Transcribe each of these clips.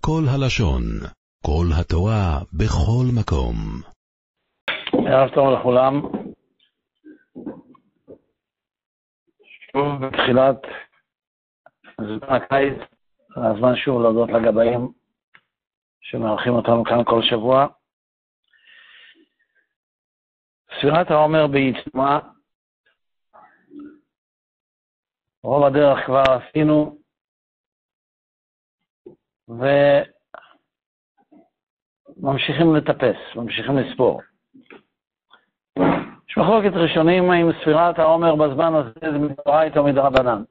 כל הלשון, כל התורה, בכל מקום. ערב טוב לכולם. שוב בתחילת זמן הקיץ, הזמן שוב להודות לגבאים שמארחים אותנו כאן כל שבוע. ספירת העומר בעיצומה, רוב הדרך כבר עשינו, וממשיכים לטפס, ממשיכים לספור. יש מחלוקת ראשונים עם ספירת העומר בזמן הזה, זה מדאורייתא או מדרבנן.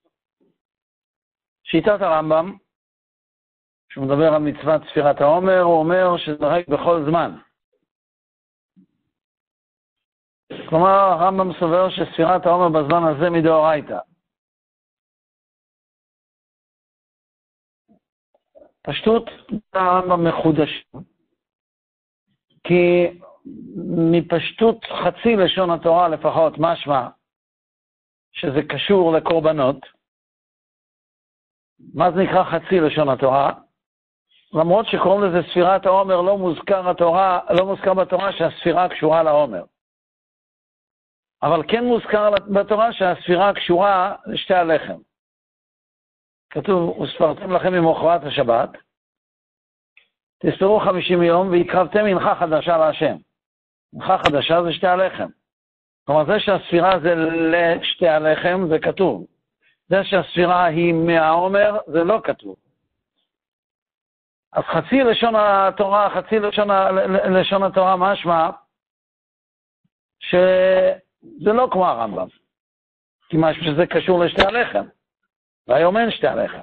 שיטת הרמב"ם, שהוא מדבר על מצוות ספירת העומר, הוא אומר שזה רק בכל זמן. כלומר, הרמב"ם סובר שספירת העומר בזמן הזה מדאורייתא. פשטות הרמב"ם מחודש, כי מפשטות חצי לשון התורה לפחות משמע שזה קשור לקורבנות. מה זה נקרא חצי לשון התורה? למרות שקוראים לזה ספירת העומר, לא מוזכר בתורה שהספירה קשורה לעומר. אבל כן מוזכר בתורה שהספירה קשורה לשתי הלחם. כתוב, וספרתם לכם ממחרת השבת, תספרו 50 יום והקרבתם מנחה חדשה להשם. מנחה חדשה זה שתי הלחם. כלומר, זה שהספירה זה לשתי הלחם, זה כתוב. זה שהספירה היא מהעומר, זה לא כתוב. אז חצי לשון התורה משמע שזה לא כמו הרמב"ם. כי משהו שזה קשור לשתי הלחם. והיום אין שתי הלחם.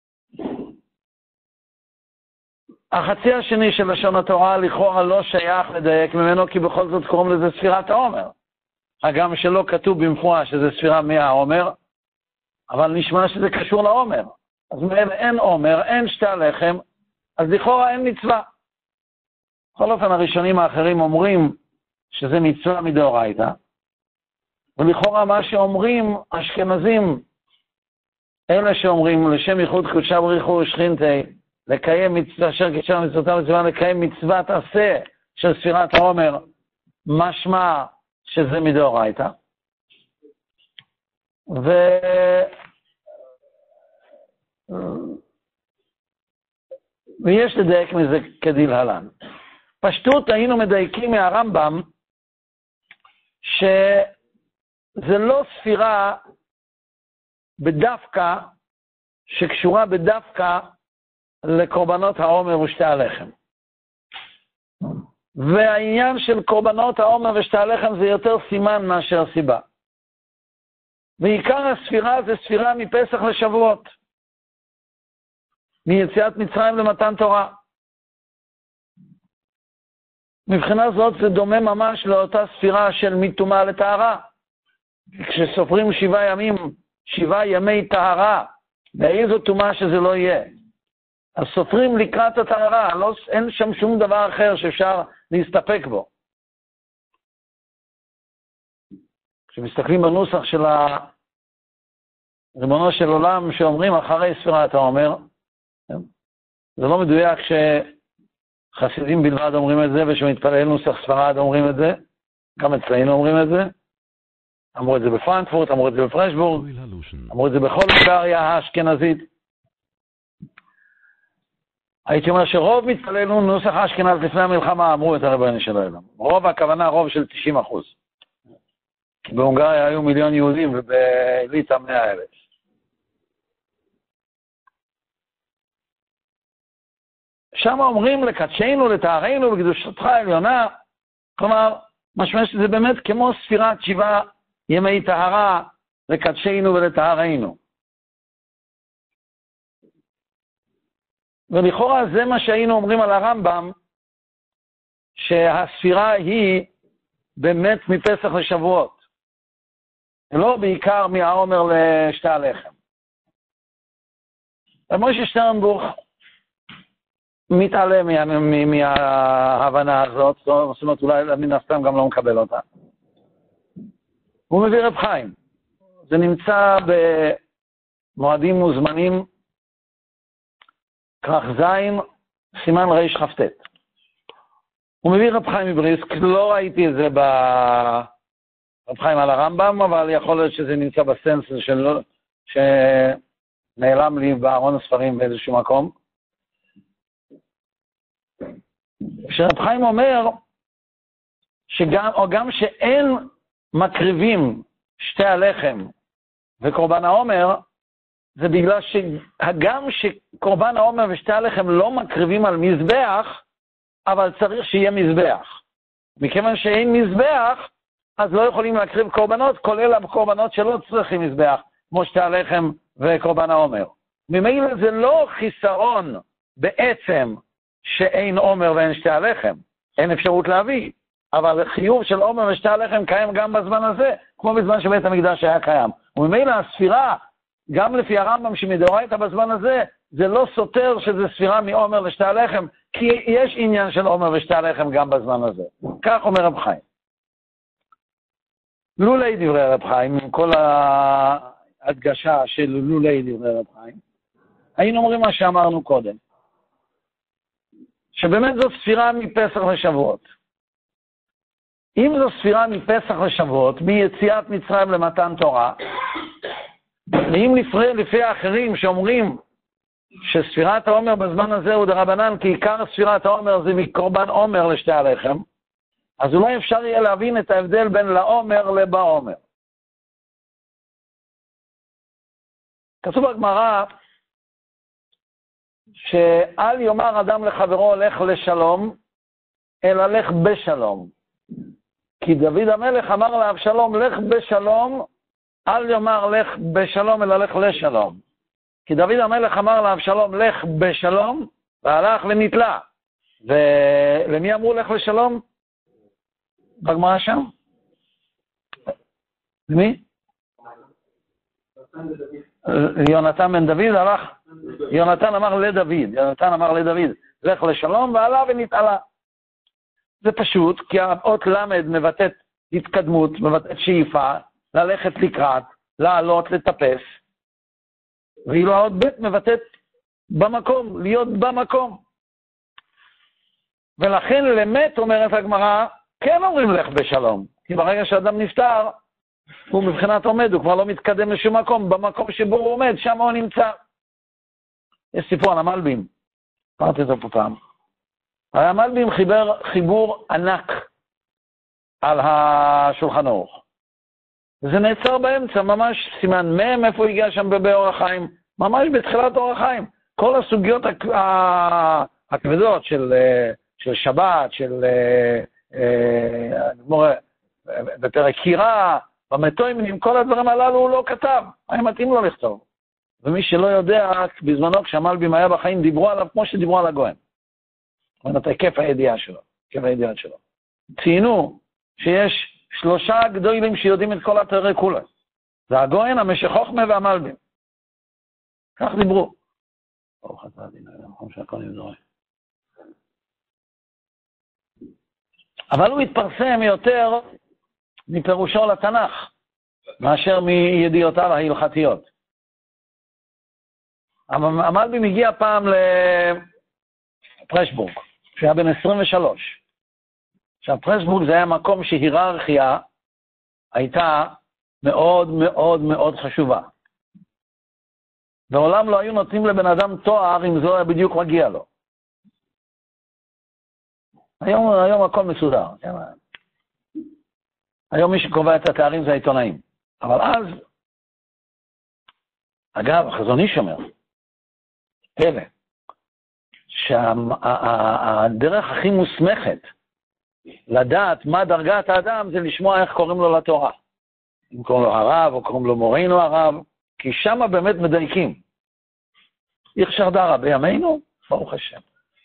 החצי השני של לשון התורה לכאורה לא שייך לדייק ממנו, כי בכל זאת קוראים לזה ספירת העומר. הגם שלא כתוב במפורש שזה ספירה מהעומר, אבל נשמע שזה קשור לעומר. אז אין עומר, אין שתי הלחם, אז לכאורה אין מצווה. בכל אופן הראשונים האחרים אומרים שזה מצווה מדאורייתא, ולכאורה מה שאומרים אשכנזים, אלה שאומרים לשם ייחוד קודשה בריחו ושכינתי, לקיים מצווה אשר קידשה מצוותיו מצווה, לקיים מצוות עשה של ספירת העומר, משמע שזה מדאורייתא. ויש לדייק מזה כדלהלן. פשטות היינו מדייקים מהרמב"ם שזה לא ספירה בדווקא, שקשורה בדווקא לקורבנות העומר ושתי הלחם. והעניין של קורבנות העומר ושתי הלחם זה יותר סימן מאשר סיבה. ועיקר הספירה זה ספירה מפסח לשבועות. מיציאת מצרים למתן תורה. מבחינה זאת זה דומה ממש לאותה ספירה של מטומאה לטהרה. כשסופרים 7 ימי טהרה, באיזו טומאה שזה לא יהיה. אז סופרים לקראת הטהרה, אין שם שום דבר אחר שאפשר להסתפק בו. כשמסתכלים בנוסח של ריבונו של עולם שאומרים אחרי ספירת העומר, זה לא מדויק שחסידים בלבד אומרים את זה, ושמתפלל נוסח ספרד אומרים את זה, גם אצלנו אומרים את זה, אמרו את זה בפרנקפורט, אמרו את זה בפרשבורג, אמרו את זה בכל הונגריה האשכנזית. הייתי אומר שרוב מתפללו נוסח האשכנז לפני המלחמה אמרו את הרבני של העולם. רוב הכוונה רוב של 90%. כי בהונגריה היו 1,000,000 יהודים ובליטא 100,000. שם אומרים לקדשנו, לטהרנו, בקדושתך העליונה. כלומר, משמע שזה באמת כמו ספירת 7 ימי טהרה, לקדשנו ולטהרנו. ולכאורה זה מה שהיינו אומרים על הרמב"ם, שהספירה היא באמת מפסח לשבועות. לא בעיקר מהעומר לשתי הלחם. ומשה שטרנבוך מתעלם מההבנה הזאת, זאת אומרת אולי מן הסתם גם לא מקבל אותה. הוא מביא רב חיים. זה נמצא במועדים מוזמנים כרך זין, סימן ריש כ"ט. הוא מביא רב חיים מבריסק, לא ראיתי את זה ברב חיים על הרמב"ם, אבל יכול להיות שזה נמצא בסנס שלו, שנעלם לי בארון הספרים באיזשהו מקום. שרב חיים אומר, גם שאין מקריבים שתי הלחם וקורבן העומר, זה בגלל שגם שקורבן העומר ושתי הלחם לא מקריבים על מזבח, אבל צריך שיהיה מזבח. מכיוון שאין מזבח, אז לא יכולים להקריב קורבנות, כולל הקורבנות שלא צריכים מזבח, כמו שתי הלחם וקורבן העומר. ממילא זה לא חיסרון בעצם שאין עומר ואין שתי הלחם. אין אפשרות להביא. אבל חיוב של עומר ושתי הלחם קיים גם בזמן הזה, כמו בזמן שבית המקדש היה קיים. וממילא הספירה, גם לפי הרמב"ם שמדאורייתא בזמן הזה, זה לא סותר שזה ספירה מעומר לשתי הלחם, כי יש עניין של עומר ושתי הלחם גם בזמן הזה. כך אומר רב חיים. לולי דברי רב חיים, עם כל ההדגשה של לולי דברי רב חיים, היינו אומרים מה שאמרנו קודם, שבאמת זו ספירה מפסח לשבועות. אם זו ספירה מפסח לשבועות, מיציאת מצרים למתן תורה, ואם לפי האחרים שאומרים שספירת העומר בזמן הזה הוא דרבנן, כי עיקר ספירת העומר זה מקורבן עומר לשתי הלחם, אז אולי אפשר יהיה להבין את ההבדל בין לעומר לבעומר. כתוב בגמרא, שאל יאמר אדם לחברו לך לשלום, אלא לך בשלום. כי דוד המלך אמר לאבשלום, לך בשלום, אל יאמר לך בשלום, אלא לך לשלום. כי דוד המלך אמר לאבשלום, לך בשלום, והלך ונתלה. ולמי אמרו לך לשלום? בגמרא שם? למי? יונתן בן דוד הלך, יונתן אמר לדוד, לך לשלום, ועלה ונתעלה. זה פשוט, כי האות למד מבטאת התקדמות, מבטאת שאיפה, ללכת לקראת, לעלות, לטפס, ואילו האות ב' מבטאת במקום, להיות במקום. ולכן למת, אומרת הגמרא, כן אומרים לך בשלום, כי ברגע שאדם נפטר, הוא מבחינת עומד, הוא כבר לא מתקדם לשום מקום, במקום שבו הוא עומד, שם הוא נמצא. יש סיפור על המלבים, אמרתי אותו פה פעם. המלבים חיבר חיבור ענק על השולחן ערוך. זה נעצר באמצע, ממש סימן מם, איפה הוא הגיע שם באור החיים, ממש בתחילת אור החיים. כל הסוגיות הכבדות של שבת, של בפרק קירה, במתוימנים, כל הדברים הללו הוא לא כתב, היה מתאים לו לכתוב. ומי שלא יודע, בזמנו כשהמלבים היה בחיים, דיברו עליו כמו שדיברו על הגויים. זאת אומרת, היקף הידיעה שלו, ציינו שיש 3 גדולים שיודעים את כל התורה כולה. זה הגויין, המשך חוכמה והמלבים. כך דיברו. ברוך אתה אדינו, נכון שהכל ידוע. אבל הוא התפרסם יותר מפירושו לתנ"ך, מאשר מידיעותיו ההלכתיות. המלבים הגיע פעם לפרשבורג, שהיה בן 23. עכשיו, פרשבורג זה היה מקום שהיררכיה הייתה מאוד מאוד מאוד חשובה. בעולם לא היו נותנים לבן אדם תואר אם זה לא היה בדיוק מגיע לו. היום הכל מסודר. היום מי שקובע את התארים זה העיתונאים. אבל אז, אגב, החזון איש אומר, פלא, שהדרך הכי מוסמכת לדעת מה דרגת האדם זה לשמוע איך קוראים לו לתורה. אם קוראים לו הרב או קוראים לו מורינו הרב, כי שם באמת מדייקים. איך שרדה רבי ימינו? ברוך השם.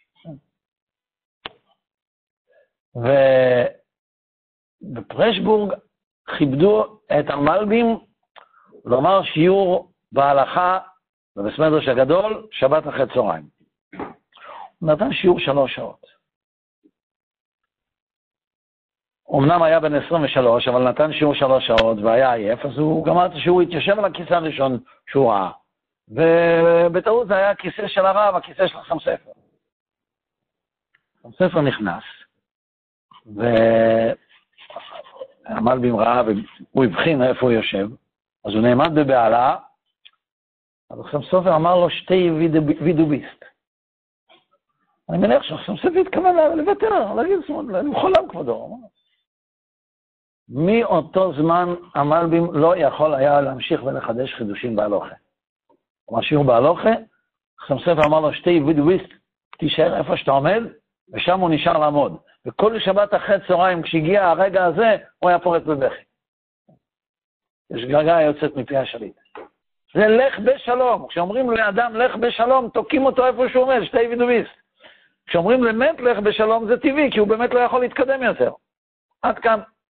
ובפרשבורג כיבדו את המלבים לומר שיעור בהלכה בבסמדרש הגדול, שבת אחרי צהריים. הוא נתן שיעור 3 שעות. אמנם היה בן 23, אבל נתן שיעור 3 שעות והיה עייף, אז הוא גמר את השיעור, התיישב על הכיסא הראשון שהוא ראה. ובטעות זה היה הכיסא של הרב, הכיסא של חכם ספר. חכם ספר נכנס, והמלבים ראה, והוא הבחין איפה הוא יושב, אז הוא נעמד בבעלה, אז חכם ספר אמר לו שתי וידוביסט. אני מניח שחכם ספר התכוון לוותר, להגיד, למחולם כבודו. מאותו זמן המלבים לא יכול היה להמשיך ולחדש חידושים בהלוכה. הוא משאיר בהלוכה, חכם ספר אמר לו שתי וידוביסט, תישאר איפה שאתה עומד, ושם הוא נשאר לעמוד. וכל שבת אחרי צהריים, כשהגיע הרגע הזה, הוא היה פורץ בבכי. יש גרגה יוצאת מפי השליט. זה לך בשלום. כשאומרים לאדם לך בשלום, תוקים אותו איפה שהוא עומד, שתי וידוביסט. כשאומרים באמת לך בשלום, זה טבעי, כי הוא באמת לא יכול להתקדם יותר. עד כאן.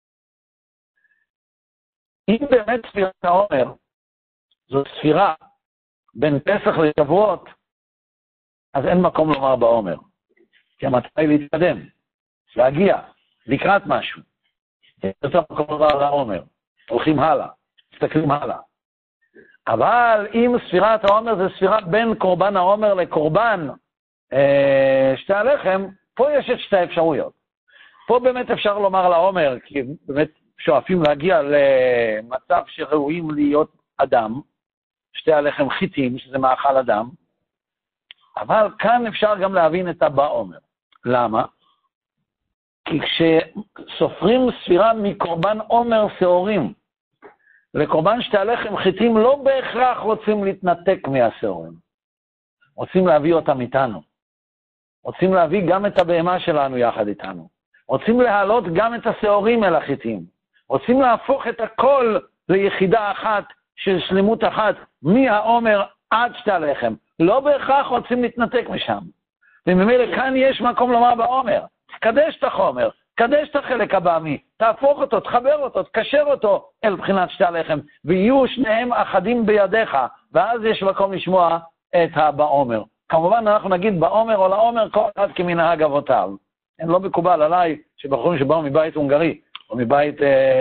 אם באמת ספירת העומר, זו ספירה בין פסח לשבועות, אז אין מקום לומר בעומר. כי המטרה היא להתקדם, להגיע, לקראת משהו. יש יותר מקום לומר לעומר. הולכים הלאה, מסתכלים הלאה. אבל אם ספירת העומר זה ספירה בין קורבן העומר לקורבן שתי הלחם, פה יש את שתי האפשרויות. פה באמת אפשר לומר לעומר, כי באמת שואפים להגיע למצב שראויים להיות אדם, שתי הלחם חיטים, שזה מאכל אדם, אבל כאן אפשר גם להבין את הבא עומר. למה? כי כשסופרים ספירה מקורבן עומר שעורים, לקורבן שתי הלחם חיטים לא בהכרח רוצים להתנתק מהשעורים. רוצים להביא אותם איתנו. רוצים להביא גם את הבהמה שלנו יחד איתנו. רוצים להעלות גם את השעורים אל החיטים. רוצים להפוך את הכל ליחידה אחת של שלמות אחת מהעומר עד שתי הלחם. לא בהכרח רוצים להתנתק משם. וממילא כאן יש מקום לומר בעומר. קדש את החומר, קדש את החלק הבאמי, תהפוך אותו, תחבר אותו, תקשר אותו אל בחינת שתי הלחם, ויהיו שניהם אחדים בידיך, ואז יש מקום לשמוע את הבעומר. כמובן אנחנו נגיד בעומר או לעומר כל אחד כמנהג אבותיו. אין לא מקובל עליי שבחורים שבאו מבית הונגרי, או מבית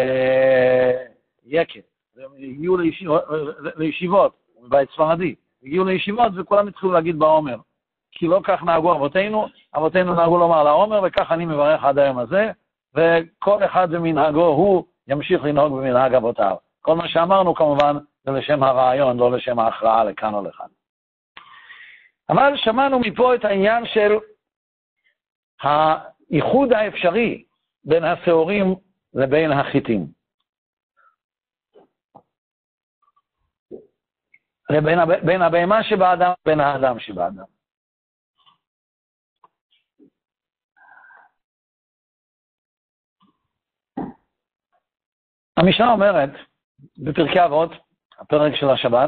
יקת, הגיעו לישיבות, או מבית ספרדי, הגיעו לישיבות וכולם התחילו להגיד בעומר. כי לא כך נהגו אבותינו, אבותינו נהגו לומר לעומר, וכך אני מברך עד היום הזה, וכל אחד במנהגו הוא ימשיך לנהוג במנהג אבותיו. כל מה שאמרנו כמובן זה לשם הרעיון, לא לשם ההכרעה לכאן או לכאן. אבל שמענו מפה את העניין של האיחוד האפשרי בין השעורים לבין החיטים. בין הבהמה שבאדם ובין האדם שבאדם. המשנה אומרת, בפרקי אבות, הפרק של השבת,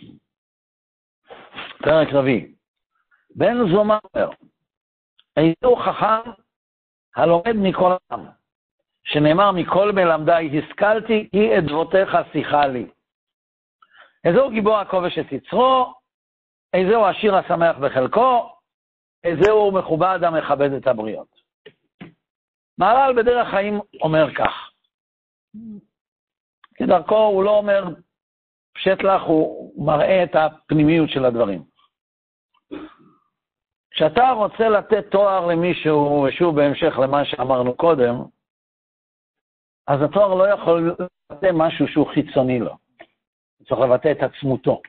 פרק רביעי, בן זומא אומר, איזהו חכם הלומד מכל העם, שנאמר מכל מלמדי השכלתי, כי את דבותיך שיחה לי. איזהו גיבור הכובש את יצרו, איזהו עשיר השמח בחלקו, איזהו מכובד המכבד את הבריות. מהר"ל בדרך חיים אומר כך, כדרכו הוא לא אומר פשט לך, הוא מראה את הפנימיות של הדברים. כשאתה רוצה לתת תואר למישהו, ושוב בהמשך למה שאמרנו קודם, אז התואר לא יכול לבטא משהו שהוא חיצוני לו. הוא צריך לבטא את עצמותו.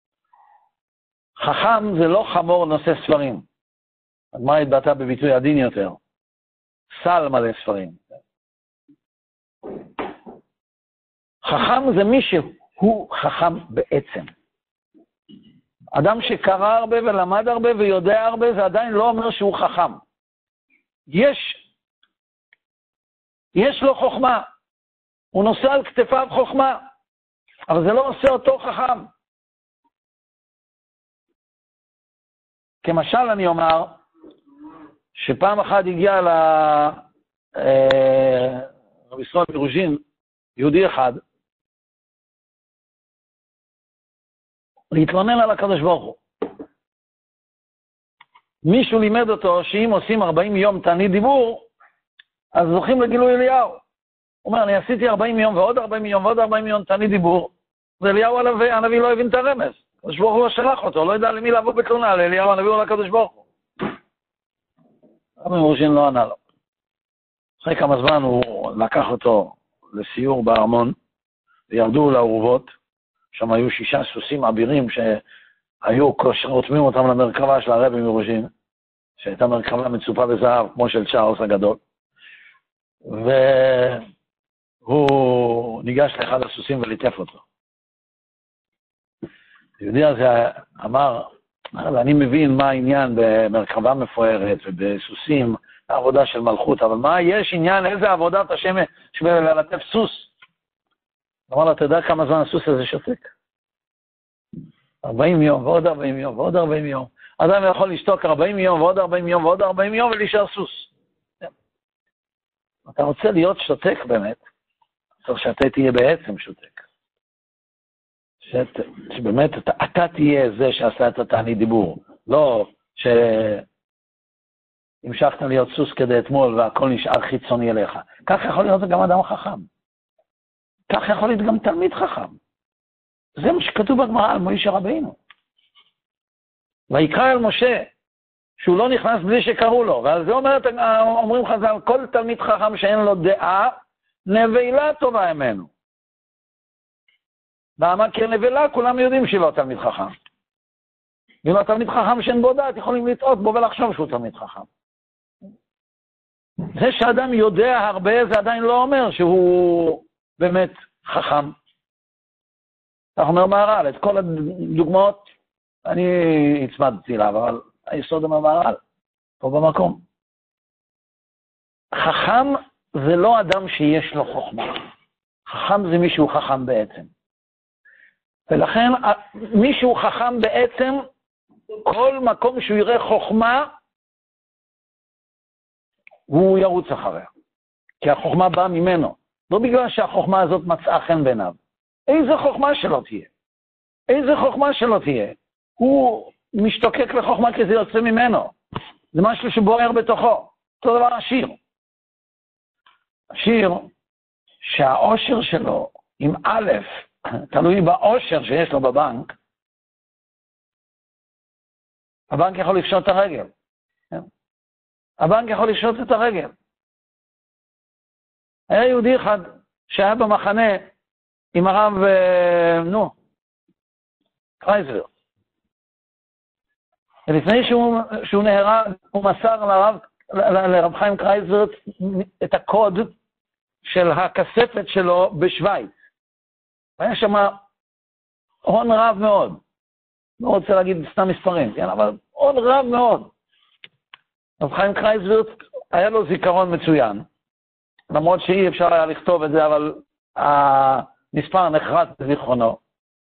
חכם זה לא חמור נושא ספרים. הגמרא התבטא בביטוי עדין יותר. סל מלא ספרים. חכם זה מי שהוא חכם בעצם. אדם שקרא הרבה ולמד הרבה ויודע הרבה, זה עדיין לא אומר שהוא חכם. יש לו חוכמה. הוא נושא על כתפיו חוכמה, אבל זה לא עושה אותו חכם. כמשל אני אומר, שפעם אחת הגיע רבי ישראל מרוז'ין, יהודי אחד, להתלונן על הקדוש ברוך הוא. מישהו לימד אותו שאם עושים 40 יום תענית דיבור, אז זוכים לגילוי אליהו. הוא אומר, אני עשיתי 40 יום ועוד 40 יום ועוד 40 יום תענית דיבור, ואליהו הנביא לא הבין את הרמז. הקדוש ברוך הוא שלח אותו, לא יודע למי לבוא בתלונה, לאליהו הנביא או לקדוש ברוך הוא. רבי מרוז'ין לא ענה לו. אחרי כמה זמן הוא לקח אותו לסיור בארמון, וירדו לאורוות, שם היו 6 סוסים אבירים שהיו רותמים אותם למרכבה של הרבי מרוז'ין, שהייתה מרכבה מצופה בזהב, כמו של צ'ארלס הגדול. והוא ניגש לאחד הסוסים וליטף אותו. היהודי הזה אמר, אני מבין מה העניין במרכבה מפוארת ובסוסים, העבודה של מלכות, אבל מה יש עניין, איזה עבודת השם שבלטף סוס? אמר לו, אתה יודע כמה זמן הסוס הזה שותק? 40 יום, ועוד 40 יום, ועוד 40 יום. אדם יכול לשתוק 40 יום, ועוד 40 יום, ועוד 40 יום, ולהישאר סוס. אתה רוצה להיות שותק באמת, צריך שאתה תהיה בעצם שותק. שבאמת אתה תהיה זה שעשה את התענית דיבור. לא שהמשכת להיות סוס כדי אתמול, והכל נשאר חיצוני אליך. כך יכול להיות גם אדם חכם. כך יכול להיות גם תלמיד חכם. זה מה שכתוב בגמרא על מוישה רבינו. ויקרא אל משה, שהוא לא נכנס בלי שקראו לו, ועל זה אומרים חז"ל, כל תלמיד חכם שאין לו דעה, נבלה טובה ממנו. למה? כי נבלה כולם יודעים שהיא לא תלמיד חכם. ואם התלמיד חכם שאין בו דעת, יכולים לטעות בו ולחשוב שהוא תלמיד חכם. זה שאדם יודע הרבה, זה עדיין לא אומר שהוא באמת חכם. כך אומר מהר"ל, את כל הדוגמאות אני הצמדתי לה, אבל היסוד אומר מהר"ל, פה במקום. חכם זה לא אדם שיש לו חוכמה. חכם זה מישהו חכם בעצם. ולכן מישהו חכם בעצם, כל מקום שהוא יראה חוכמה, הוא ירוץ אחריה. כי החוכמה באה ממנו. לא בגלל שהחוכמה הזאת מצאה חן בעיניו. איזה חוכמה שלא תהיה. איזה חוכמה שלא תהיה. הוא משתוקק לחוכמה כי זה יוצא ממנו. זה משהו שבוער בתוכו. אותו דבר השיר. השיר שהעושר שלו עם א', תלוי בעושר שיש לו בבנק, הבנק יכול לפשוט את הרגל. הבנק יכול לפשוט את הרגל. היה יהודי אחד שהיה במחנה עם הרב, קרייזלר. ולפני שהוא נהרג, הוא מסר לרב חיים קרייזלר את הקוד של הכספת שלו בשוויץ. והיה שם הון רב מאוד. לא רוצה להגיד סתם מספרים, כן? אבל הון רב מאוד. רב חיים קרייזלר היה לו זיכרון מצוין. למרות שאי אפשר היה לכתוב את זה, אבל המספר נחרט בזיכרונו.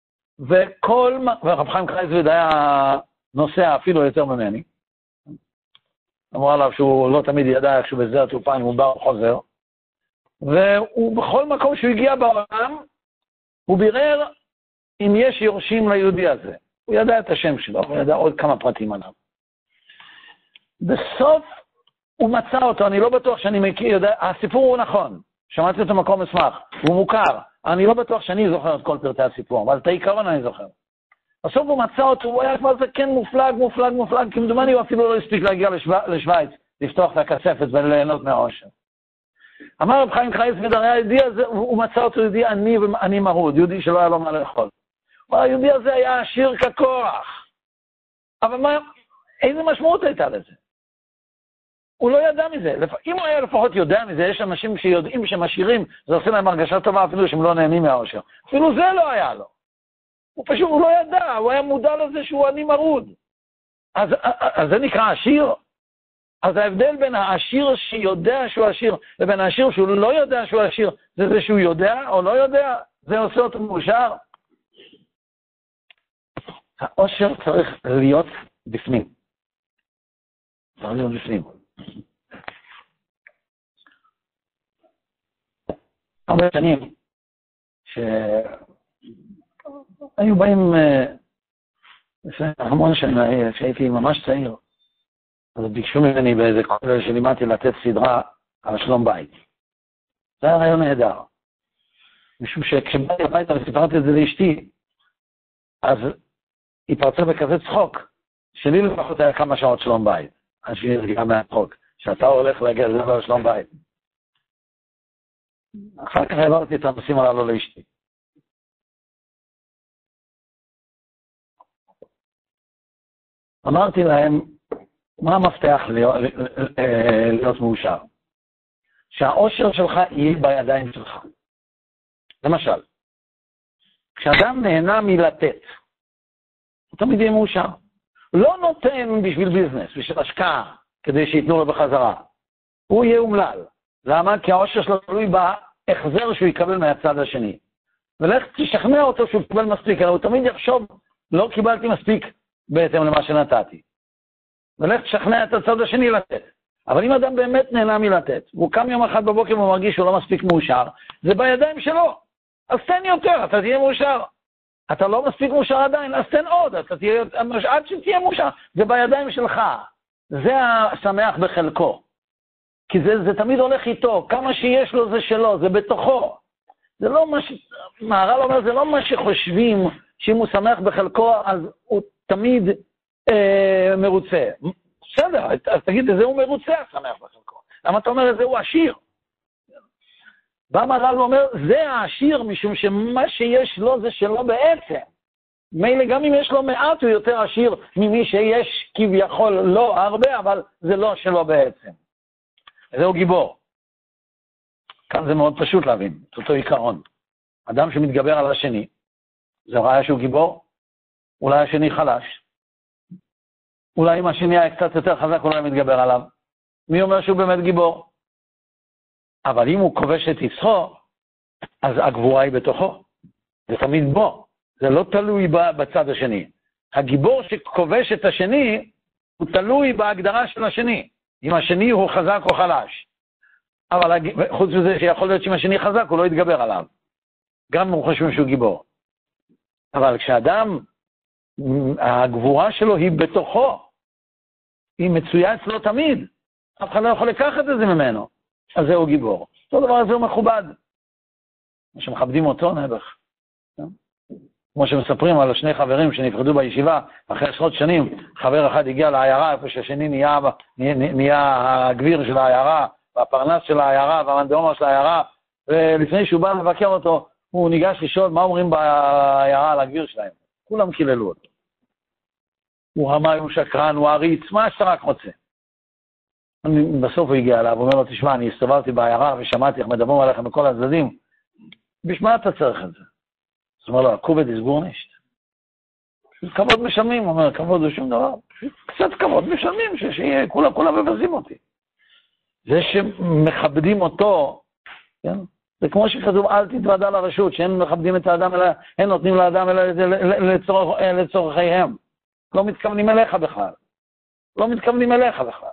ורב חיים קרייזלר היה נוסע אפילו יותר ממני. אמרו עליו שהוא לא תמיד ידע איך שהוא בשדה התעופה, אם הוא בא או חוזר. והוא בכל מקום שהוא הגיע בעולם, הוא בירר אם יש יורשים ליהודי הזה. הוא ידע את השם שלו, הוא ידע עוד כמה פרטים עליו. בסוף הוא מצא אותו, אני לא בטוח שאני מכיר, הסיפור הוא נכון, שמעתי אותו מקום מסמך, הוא מוכר, אני לא בטוח שאני זוכר את כל פרטי הסיפור, אבל את העיקרון אני זוכר. בסוף הוא מצא אותו, הוא היה כבר זקן מופלג, כמדומני הוא אפילו לא הספיק להגיע לשוויץ, לפתוח את הכספת וליהנות מהעושר. אמר רב חיים קרייזלר, היהודי הזה, הוא מצא אותו יהודי עני מרוד, יהודי שלא היה לו מה לאכול. היהודי הזה היה עשיר ככוח. אבל איזה משמעות הייתה לזה? הוא לא ידע מזה. אם הוא היה לפחות יודע מזה, יש אנשים שיודעים שהם עשירים, זה עושה להם הרגשה טובה אפילו שהם לא נהנים מהעושר. אפילו זה לא היה לו. הוא לא ידע, הוא היה מודע לזה שהוא עני מרוד. אז זה נקרא עשיר? אז ההבדל בין העשיר שיודע שהוא עשיר, לבין העשיר שהוא לא יודע שהוא עשיר, זה שהוא יודע או לא יודע, זה עושה אותו מאושר. העושר צריך להיות בפנים. צריך להיות בפנים. הרבה שנים שהיו באים לפני המון שנים, שהייתי ממש צעיר, אז ביקשו ממני באיזה כולל שלימדתי לתת סדרה על שלום בית. זה היה רעיון נהדר. משום שכשבאתי הביתה וסיפרתי את זה לאשתי, אז היא פרצה בכזה צחוק, שלי לפחות היה כמה שעות שלום בית. אנשים נרגעה מהצחוק, שאתה הולך להגיע לדבר שלום בית. אחר כך העברתי את הנושאים הללו לאשתי. אמרתי להם, מה המפתח להיות מאושר? שהאושר שלך יהיה בידיים שלך. למשל, כשאדם נהנה מלתת, הוא תמיד יהיה מאושר. לא נותן בשביל ביזנס, בשביל השקעה, כדי שיתנו לו בחזרה. הוא יהיה אומלל. למה? כי האושר שלו תלוי בהחזר שהוא יקבל מהצד השני. ולך תשכנע אותו שהוא יקבל מספיק, אלא הוא תמיד יחשוב, לא קיבלתי מספיק בהתאם למה שנתתי. ולך תשכנע את הצד השני לתת. אבל אם אדם באמת נהנה מלתת, והוא קם יום אחד בבוקר והוא מרגיש שהוא לא מספיק מאושר, זה בידיים שלו. אז תן יותר, אתה תהיה מאושר. אתה לא מספיק מאושר עדיין, אז תן עוד, אתה תהיה, עד שתהיה מאושר. זה בידיים שלך. זה השמח בחלקו. כי זה תמיד הולך איתו. כמה שיש לו זה שלו, זה בתוכו. זה לא מה מהר"ל אומר, זה לא מה שחושבים, שאם הוא שמח בחלקו, אז הוא תמיד מרוצה. בסדר, אז תגיד, זה הוא מרוצה, שמח בחלקו. למה אתה אומר, זה הוא עשיר? בא מהר"ל ואומר, זה העשיר, משום שמה שיש לו זה שלו בעצם. מילא גם אם יש לו מעט, הוא יותר עשיר ממי שיש כביכול לא הרבה, אבל זה לא שלו בעצם. זהו גיבור. כאן זה מאוד פשוט להבין, את אותו עיקרון. אדם שמתגבר על השני, זה ראיה שהוא גיבור, אולי השני חלש. אולי אם השני היה קצת יותר חזק, אולי מתגבר עליו. מי אומר שהוא באמת גיבור? אבל אם הוא כובש את יצחו, אז הגבורה היא בתוכו. זה תמיד בו. זה לא תלוי בצד השני. הגיבור שכובש את השני, הוא תלוי בהגדרה של השני. אם השני הוא חזק או חלש. אבל חוץ מזה שיכול להיות שאם השני חזק, הוא לא יתגבר עליו. גם הוא חושב שהוא גיבור. אבל כשאדם, הגבורה שלו היא בתוכו. היא מצויה אצלו תמיד. אף אחד לא יכול לקחת את זה ממנו. אז זהו גיבור. אותו דבר הזה הוא מכובד. כמו שמכבדים אותו, נעבך. כמו שמספרים על שני חברים שנפרדו בישיבה, אחרי עשרות שנים, חבר אחד הגיע לעיירה, איפה שהשני נהיה הגביר של העיירה, והפרנס של העיירה, והמנדאומר של העיירה, ולפני שהוא בא לבקר אותו, הוא ניגש לשאול מה אומרים בעיירה על הגביר שלהם. כולם קיללו אותו. הוא רמאי, הוא שקרן, הוא עריץ, מה שאתה רק רוצה. בסוף הוא הגיע אליו, הוא אומר לו, תשמע, אני הסתובבתי בעיירה ושמעתי איך מדברים עליכם מכל הצדדים. בשמה אתה צריך את זה? זאת אומרת לו, הכובד יסגור נשת. כבוד משלמים, הוא אומר, כבוד זה שום דבר. קצת כבוד משלמים, שיהיה, כולם מבזים אותי. זה שמכבדים אותו, כן? זה כמו שכתוב, אל תתוודע לרשות, שאין מכבדים את האדם, אלא, הם נותנים לאדם אלא לצורכיהם. לא מתכוונים אליך בכלל. לא מתכוונים אליך בכלל.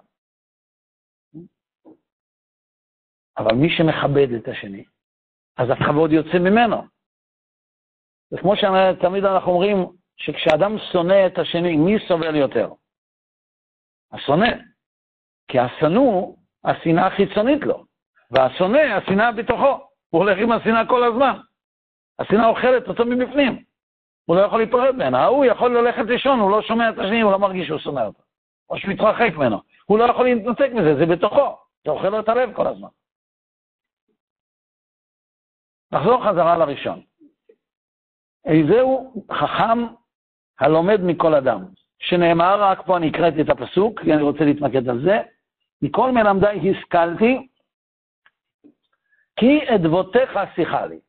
אבל מי שמכבד את השני, אז הכבוד יוצא ממנו. זה כמו שתמיד אנחנו אומרים, שכשאדם שונא את השני, מי סובל יותר? השונא. כי השנוא, השנאה חיצונית לו. והשונא, השנאה בתוכו. הוא הולך עם השנאה כל הזמן. השנאה אוכלת אותו מבפנים. הוא לא יכול להיפרד ממנה. הוא יכול ללכת לישון, הוא לא שומע את השני, הוא לא מרגיש שהוא שונא אותו. או שהוא מתרחק ממנו. הוא לא יכול להתנתק מזה, זה בתוכו. זה אוכל לו את הלב כל הזמן. נחזור חזרה לראשון. זהו חכם הלומד מכל אדם. שנאמר, רק פה אני הקראתי את הפסוק, כי אני רוצה להתמקד על זה. מכל מלמדי השכלתי, כי עדבותיך שיחה לי.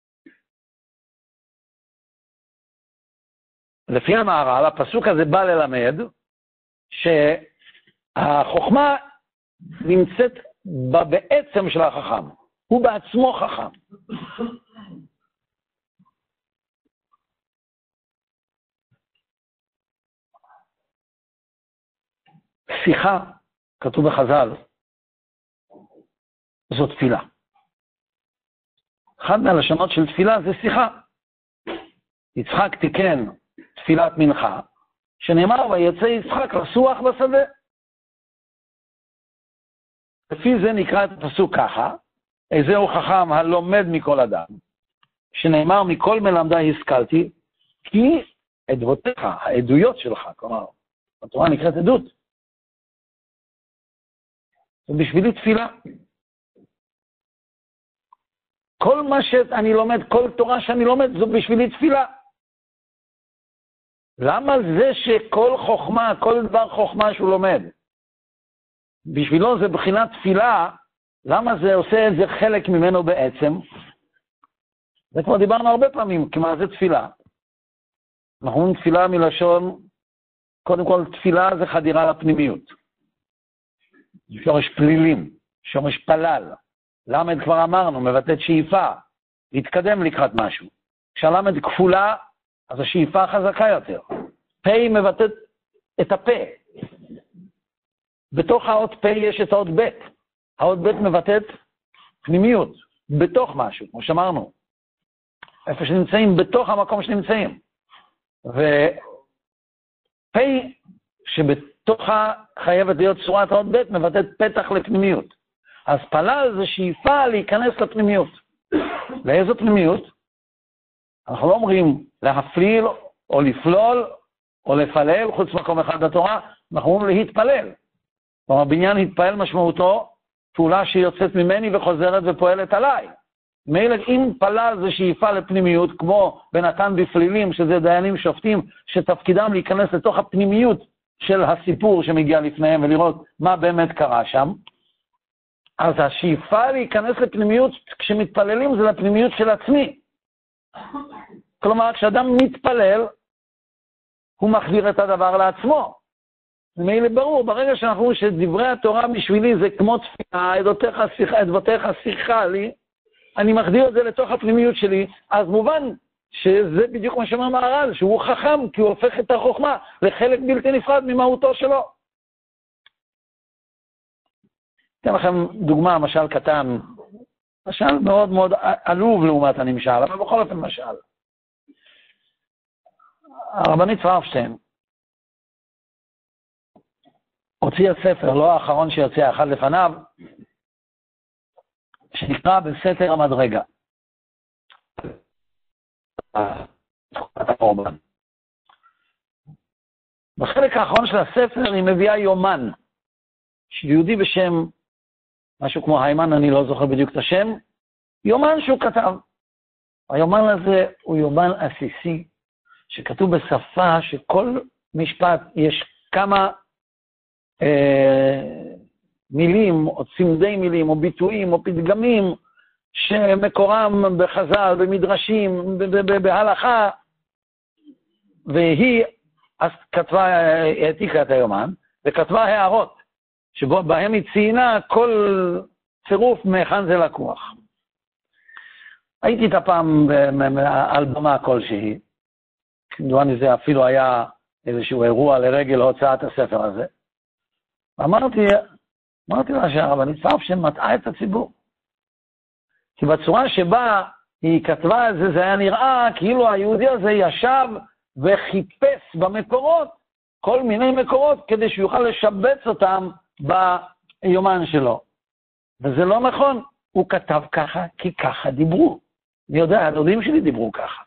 לפי המהר"ל, הפסוק הזה בא ללמד, שהחוכמה נמצאת בעצם של החכם. הוא בעצמו חכם. שיחה, כתוב בחז"ל, זו תפילה. אחד מהלשונות של תפילה זה שיחה. יצחק תיקן תפילת מנחה, שנאמר, ויצא יצחק לסוח בשדה. לפי זה נקרא את הפסוק ככה, איזהו חכם הלומד מכל אדם, שנאמר, מכל מלמדי השכלתי, כי עדותיך, העדויות שלך, כלומר, התורה נקראת עדות. זה בשבילי תפילה. כל מה שאני לומד, כל תורה שאני לומד, זו בשבילי תפילה. למה זה שכל חוכמה, כל דבר חוכמה שהוא לומד, בשבילו זה בחינת תפילה, למה זה עושה את זה חלק ממנו בעצם? זה כבר דיברנו הרבה פעמים, כי מה זה תפילה? אנחנו אומרים תפילה מלשון, קודם כל תפילה זה חדירה לפנימיות. שורש פלילים, שורש פלל. למד כבר אמרנו, מבטאת שאיפה, להתקדם לקראת משהו. כשהלמד כפולה, אז השאיפה חזקה יותר. פ' מבטאת את הפה. בתוך האות פ' יש את האות ב'. האות ב' מבטאת פנימיות, בתוך משהו, כמו שאמרנו. איפה שנמצאים, בתוך המקום שנמצאים. ופ' שבתוכה חייבת להיות צורת האות ב' מבטאת פתח לפנימיות. אז פלל זה שאיפה להיכנס לפנימיות. לאיזו פנימיות? אנחנו לא אומרים להפליל או לפלול או לפלל, חוץ מקום אחד בתורה, אנחנו אומרים להתפלל. כלומר, בניין להתפלל משמעותו, פעולה שיוצאת ממני וחוזרת ופועלת עליי. מילא אם פלל זה שאיפה לפנימיות, כמו בנתן בפלילים, שזה דיינים שופטים, שתפקידם להיכנס לתוך הפנימיות של הסיפור שמגיע לפניהם, ולראות מה באמת קרה שם, אז השאיפה להיכנס לפנימיות, כשמתפללים זה לפנימיות של עצמי. כלומר, כשאדם מתפלל, הוא מחזיר את הדבר לעצמו. מילא ברור, ברגע שאנחנו אומרים שדברי התורה בשבילי זה כמו תפילה, עדותיך שיחה לי, אני מחדיר את זה לתוך הפנימיות שלי, אז מובן שזה בדיוק מה שאומר מהר"ל, שהוא חכם, כי הוא הופך את החוכמה לחלק בלתי נפרד ממהותו שלו. אתן לכם דוגמה, משל קטן, משל מאוד מאוד עלוב לעומת הנמשל, אבל בכל אופן משל. הרבנית פרבשטיין הוציאה ספר, לא האחרון שיוצא, אחד לפניו, שנקרא בסתר המדרגה. בחלק האחרון של הספר היא מביאה יומן, שיהודי בשם, משהו כמו היימן, אני לא זוכר בדיוק את השם, יומן שהוא כתב. היומן הזה הוא יומן עסיסי, שכתוב בשפה שכל משפט יש כמה מילים, או צמדי מילים, או ביטויים, או פתגמים, שמקורם בחז"ל, במדרשים, בהלכה, והיא אז כתבה, העתיקה את היומן, וכתבה הערות, שבהם היא ציינה כל צירוף מהיכן זה לקוח. הייתי את הפעם על במה כלשהי, כמובן זה אפילו היה איזשהו אירוע לרגל הוצאת הספר הזה, אמרתי לה שהרבנית פרבשטיין מטעה את הציבור. כי בצורה שבה היא כתבה את זה, זה היה נראה כאילו היהודי הזה ישב וחיפש במקורות, כל מיני מקורות, כדי שיוכל לשבץ אותם ביומן שלו. וזה לא נכון. הוא כתב ככה, כי ככה דיברו. אני יודע, הדודים שלי דיברו ככה.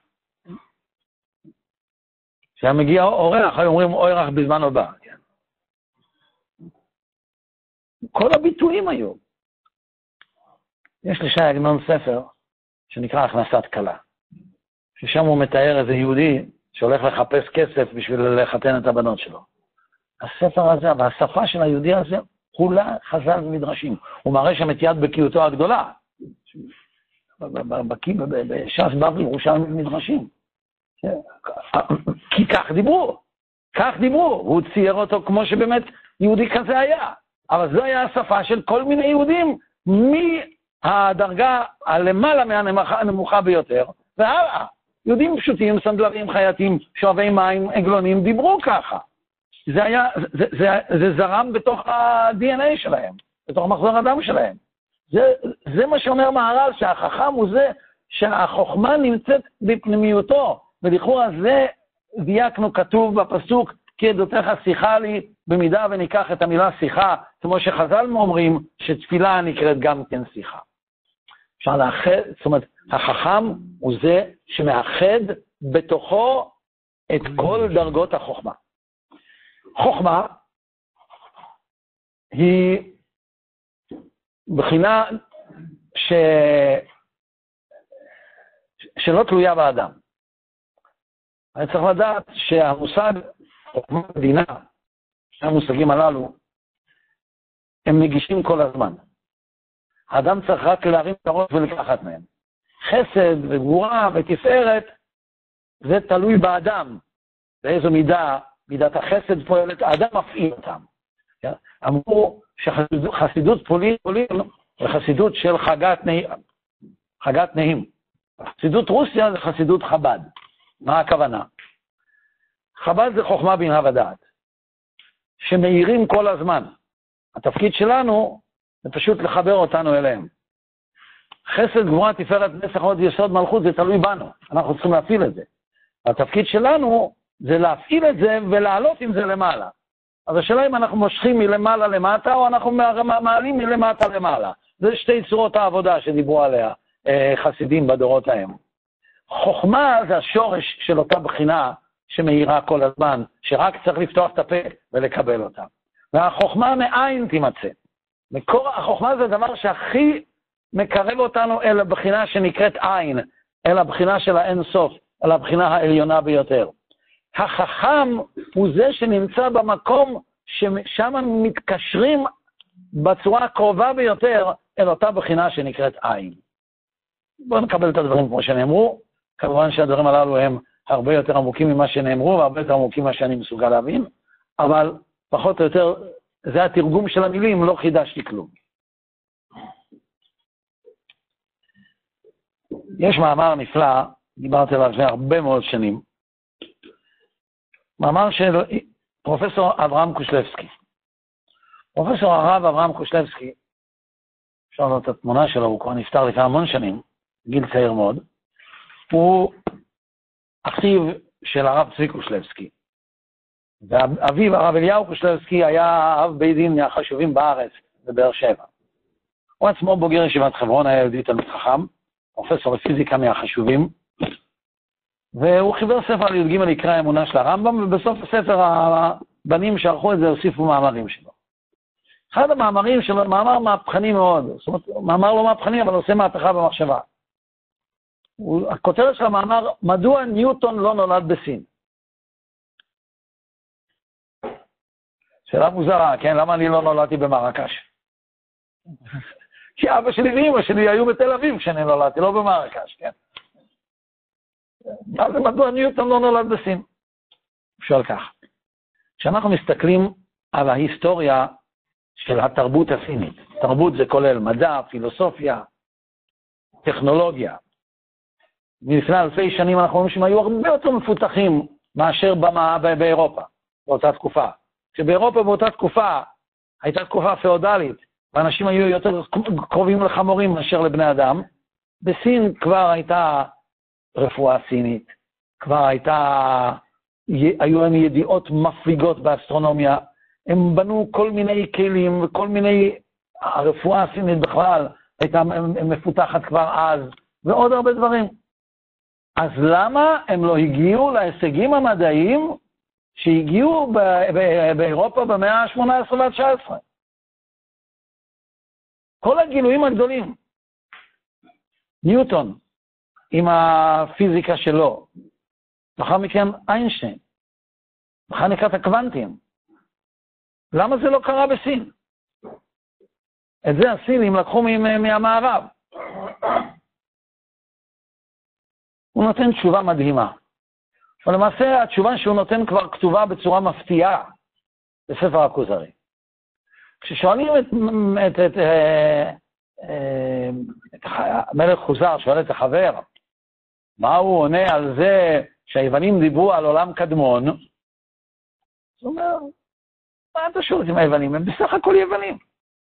כשהיה מגיע אורח, היו אומרים אורח בזמן הבא. כן. כל הביטויים היו. יש לשי עגנון ספר שנקרא הכנסת כלה, ששם הוא מתאר איזה יהודי שהולך לחפש כסף בשביל לחתן את הבנות שלו. הספר הזה והשפה של היהודי הזה כולה חז"ל ומדרשים. הוא מראה שם את יד בקיאותו הגדולה. בש"ס בבלי ירושלים ומדרשים. כי כך דיברו, הוא צייר אותו כמו שבאמת יהודי כזה היה. אבל זו היה השפה של כל מיני יהודים, מהדרגה הלמעלה מהנמוכה ביותר, והלאה. יהודים פשוטים, סנדלרים, חייטים, שואבי מים, עגלונים, דיברו ככה. זה זרם בתוך ה-DNA שלהם, בתוך מחזור הדם שלהם. זה מה שאומר מהר"ל, שהחכם הוא זה שהחוכמה נמצאת בפנימיותו, ולכאורה זה דייקנו כתוב בפסוק, כי עדותיך שיחה לי, במידה וניקח את המילה שיחה, כמו שחז"ל אומרים, שתפילה נקראת גם כן שיחה. אפשר לאחד, זאת אומרת, החכם הוא זה שמאחד בתוכו את כל דרגות החוכמה. חוכמה היא בחינה שלא תלויה באדם. אני צריך לדעת שהמושג חוכמה מדינה, שני המושגים הללו, הם נגישים כל הזמן. האדם צריך רק להרים את הראש ולקחת מהם. חסד וגבורה ותפארת, זה תלוי באדם. באיזו מידה, מידת החסד פועלת, האדם מפעיל אותם. אמרו שחסידות פולין זה חסידות של חגת נעים. חסידות רוסיה זה חסידות חב"ד. מה הכוונה? חב"ד זה חוכמה בינה ודעת, שמאירים כל הזמן. התפקיד שלנו זה פשוט לחבר אותנו אליהם. חסד, גבורה, תפארת, נצח, הוד, יסוד, מלכות, זה תלוי בנו. אנחנו צריכים להפעיל את זה. התפקיד שלנו זה להפעיל את זה ולעלות עם זה למעלה. אז השאלה אם אנחנו מושכים מלמעלה למטה, או אנחנו מעלים מלמטה למעלה. זה שתי צורות העבודה שדיברו עליה חסידים בדורות ההם. חוכמה זה השורש של אותה בחינה שמאירה כל הזמן, שרק צריך לפתוח את הפה ולקבל אותה. והחוכמה מאין תימצא. החוכמה זה הדבר שהכי מקרב אותנו אל הבחינה שנקראת עין, אל הבחינה של האין סוף, אל הבחינה העליונה ביותר. החכם הוא זה שנמצא במקום ששם מתקשרים בצורה הקרובה ביותר אל אותה בחינה שנקראת עין. בואו נקבל את הדברים כמו שנאמרו. כמובן שהדברים הללו הם הרבה יותר עמוקים ממה שנאמרו, והרבה יותר עמוקים ממה שאני מסוגל להבין, אבל פחות או יותר זה התרגום של המילים, לא חידשתי כלום. יש מאמר נפלא, דיברתי עליו לפני הרבה מאוד שנים, מאמר של פרופסור אברהם קושלבסקי. פרופסור הרב אברהם קושלבסקי, אפשר לראות את התמונה שלו, הוא כבר נפטר לפני המון שנים, גיל צעיר מאוד, הוא אחיו של הרב צבי קושלבסקי. ואביו, הרב אליהו קושלבסקי, היה אב בית דין מהחשובים בארץ, בבאר שבע. הוא עצמו בוגר ישיבת חברון, היה יהודי תלמיד חכם, פרופסור לפיזיקה מהחשובים, והוא חיבר ספר על י"ג עיקרי האמונה של הרמב"ם, ובסוף הספר הבנים שערכו את זה הוסיפו מאמרים שלו. אחד המאמרים שלו, מאמר מהפכני מאוד, זאת אומרת, מאמר לא מהפכני, אבל עושה מהפכה במחשבה. הכותרת של המאמר, מדוע ניוטון לא נולד בסין? שאלה מוזרה, כן? למה אני לא נולדתי במרקש? כי אבא שלי ואמא שלי היו בתל אביב כשאני נולדתי, לא במרקש, כן? אז מדוע ניוטון לא נולד בסין? שואל כך. כשאנחנו מסתכלים על ההיסטוריה של התרבות הסינית, תרבות זה כולל מדע, פילוסופיה, טכנולוגיה. מלפני אלפי שנים אנחנו רואים שהם היו הרבה יותר מפותחים מאשר באירופה, באותה תקופה. כשבאירופה באותה תקופה הייתה תקופה פאודלית, ואנשים היו יותר קרובים לחמורים מאשר לבני אדם, בסין כבר הייתה רפואה סינית, כבר היו להם ידיעות מפליגות באסטרונומיה, הם בנו כל מיני כלים וכל מיני, הרפואה הסינית בכלל הייתה מפותחת כבר אז, ועוד הרבה דברים. אז למה הם לא הגיעו להישגים המדעיים שהגיעו באירופה במאה ה-18 וה-19? כל הגילויים הגדולים. ניוטון, עם הפיזיקה שלו, לאחר מכן איינשטיין, מכניקת הקוונטים. למה זה לא קרה בסין? את זה הסינים לקחו מהמערב. הוא נותן תשובה מדהימה. ולמעשה התשובה שהוא נותן כבר כתובה בצורה מפתיעה בספר הכוזרי. כששואלים את מלך חוזר, שואל את החבר, מה הוא עונה על זה שהיוונים דיברו על עולם קדמון? הוא אומר, מה אתה שואל עם היוונים? הם בסך הכל יוונים.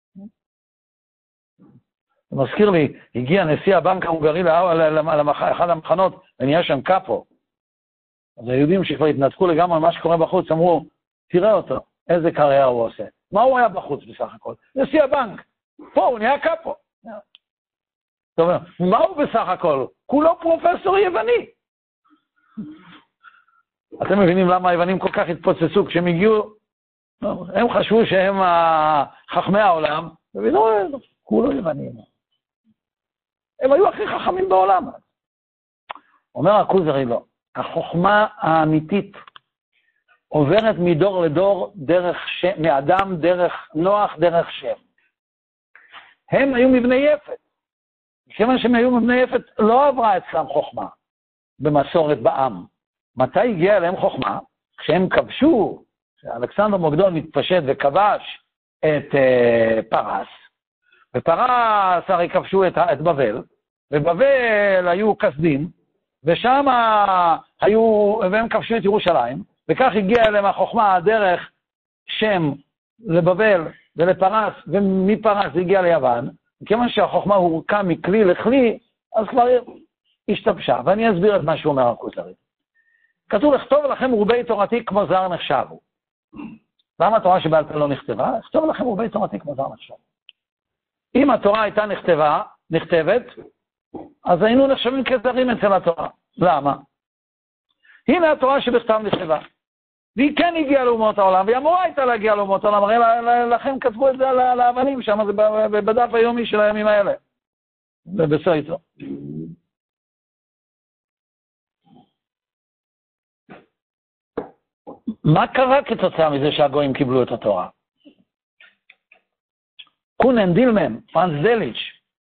זה מזכיר לי, הגיע נשיא הבנק ההונגרי לאחד המחנות, ונהיה שם קאפו. אז היהודים שכבר התנתקו לגמרי מה שקורה בחוץ, אמרו, תראה אותו, איזה קריירה הוא עושה. מה הוא היה בחוץ בסך הכל? נשיא הבנק. פה הוא נהיה קאפו. זאת אומרת, מה הוא בסך הכל? כולו פרופסור יווני. אתם מבינים למה היוונים כל כך התפוצצו כשהם הגיעו? הם חשבו שהם חכמי העולם, ולא, כולו יוונים. הם היו הכי חכמים בעולם. אומר הכוזרי, לא. החוכמה האמיתית עוברת מדור לדור, מאדם דרך נוח, דרך שם. הם היו מבני יפת. כיוון שהם היו מבני יפת, לא עברה אצלם חוכמה במסורת בעם. מתי הגיעה אליהם חוכמה? כשהם כבשו, אלכסנדר מוקדון מתפשט וכבש את פרס, ופרס הרי כבשו את בבל, ובבל היו כסדים, ושם והם כבשו את ירושלים, וכך הגיעה אליהם החוכמה דרך שם לבבל ולפרס, ומפרס זה הגיע ליוון, וכיוון שהחוכמה הורקה מכלי לכלי, אז כבר השתבשה, ואני אסביר את מה שהוא אומר הכוזרי. כתוב, לכתוב לכם רובי תורתי כמו זר נחשבו. למה התורה שבעל פה לא נכתבה? לכתוב לכם רובי תורתי כמו זר נחשבו. אם התורה הייתה נכתבת, אז היינו נחשבים כזרים אצל התורה. למה? הנה התורה שבכתב נכתבה. והיא כן הגיעה לאומות העולם, והיא אמורה הייתה להגיע לאומות העולם, הרי לכם כתבו את זה על האבנים, שם זה בדף היומי של הימים האלה. ובסויטו. מה קרה כתוצאה מזה שהגויים קיבלו את התורה? קונן, דילמן, פרנס דליץ',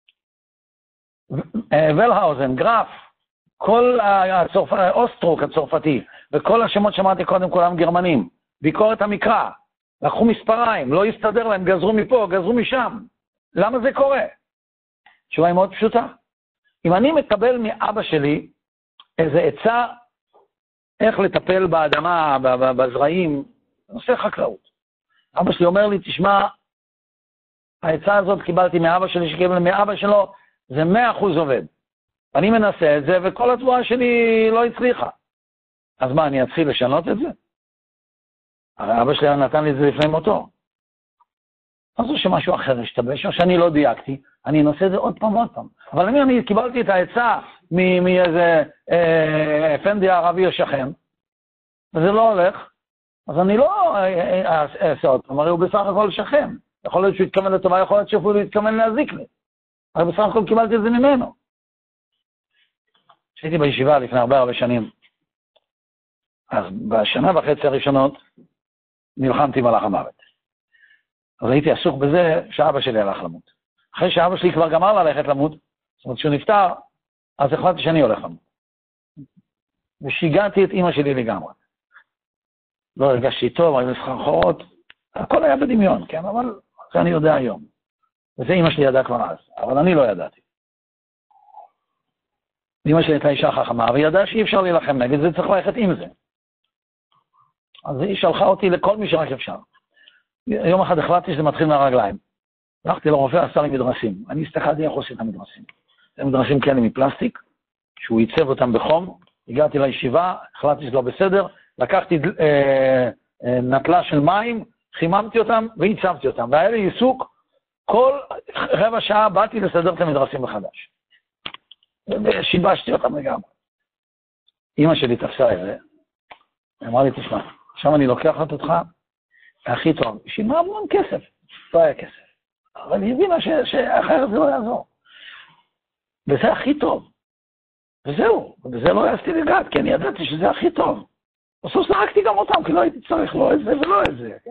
ולהאוזן, גרף, כל אוסטרוק הצרפתי, וכל השמות שמעתי קודם כולם גרמנים, ביקורת המקרא, לקחו מספריים, לא הסתדר להם, גזרו מפה, גזרו משם. למה זה קורה? תשובה היא מאוד פשוטה. אם אני מקבל מאבא שלי איזו עצה, איך לטפל באדמה, בזרעים, נושא חקלאות. אבא שלי אומר לי, תשמע, העצה הזאת קיבלתי מאבא שלי, שקיבל מאבא שלו, זה 100% עובד. אני מנסה את זה, וכל התבואה שלי לא הצליחה. אז מה, אני אתחיל לשנות את זה? הרי אבא שלי נתן לי את זה לפני מותו. אז או שמשהו אחר השתבש, או שאני לא דייקתי, אני אנסה את זה עוד פעם. אבל אם אני קיבלתי את העצה מאיזה אפנדי ערבי או שכן, וזה לא הולך, אז אני לא אעשה עוד פעם, הרי הוא בסך הכל שכן. יכול להיות שהוא יתכוון לטובה, יכול להיות שהוא יתכוון להזיק לי. הרי בסך הכל קיבלתי את זה ממנו. כשהייתי בישיבה לפני הרבה שנים, אז בשנה וחצי הראשונות נלחמתי מלאך המוות. אז הייתי עסוק בזה שאבא שלי הלך למות. אחרי שאבא שלי כבר גמר ללכת למות, זאת אומרת שהוא נפטר, אז החלטתי שאני הולך למות. ושיגעתי את אמא שלי לגמרי. לא הרגשתי טוב, היו סחרחורות, הכל היה בדמיון, כן? אבל זה אני יודע היום. וזה אמא שלי ידעה כבר אז, אבל אני לא ידעתי. אמא שלי הייתה אישה חכמה, והיא ידעה שאי אפשר להילחם נגד זה, צריך ללכת עם זה. אז היא שלחה אותי לכל מי שרק אפשר. יום אחד החלטתי שזה מתחיל מהרגליים. הלכתי לרופא, עשה לי מדרסים. אני הסתכלתי איך עושים את המדרסים. זה מדרסים כאלה מפלסטיק, שהוא ייצב אותם בחום, הגעתי לישיבה, החלטתי שזה לא בסדר, לקחתי נטלה של מים, חיממתי אותם והצבתי אותם. והיה לי עיסוק, כל רבע שעה באתי לסדר את המדרסים מחדש. ושיבשתי אותם לגמרי. אמא שלי תפסה את זה, אמרה לי, תשמע, עכשיו אני לוקח אותך, הכי טוב, שילמה המון כסף, לא היה כסף. אבל היא הבינה שאחרת זה לא יעזור. וזה הכי טוב. וזהו, וזה לא יעשתי לגעת, כי אני ידעתי שזה הכי טוב. בסוף זרקתי גם אותם, כי לא הייתי צריך לא את זה ולא את זה.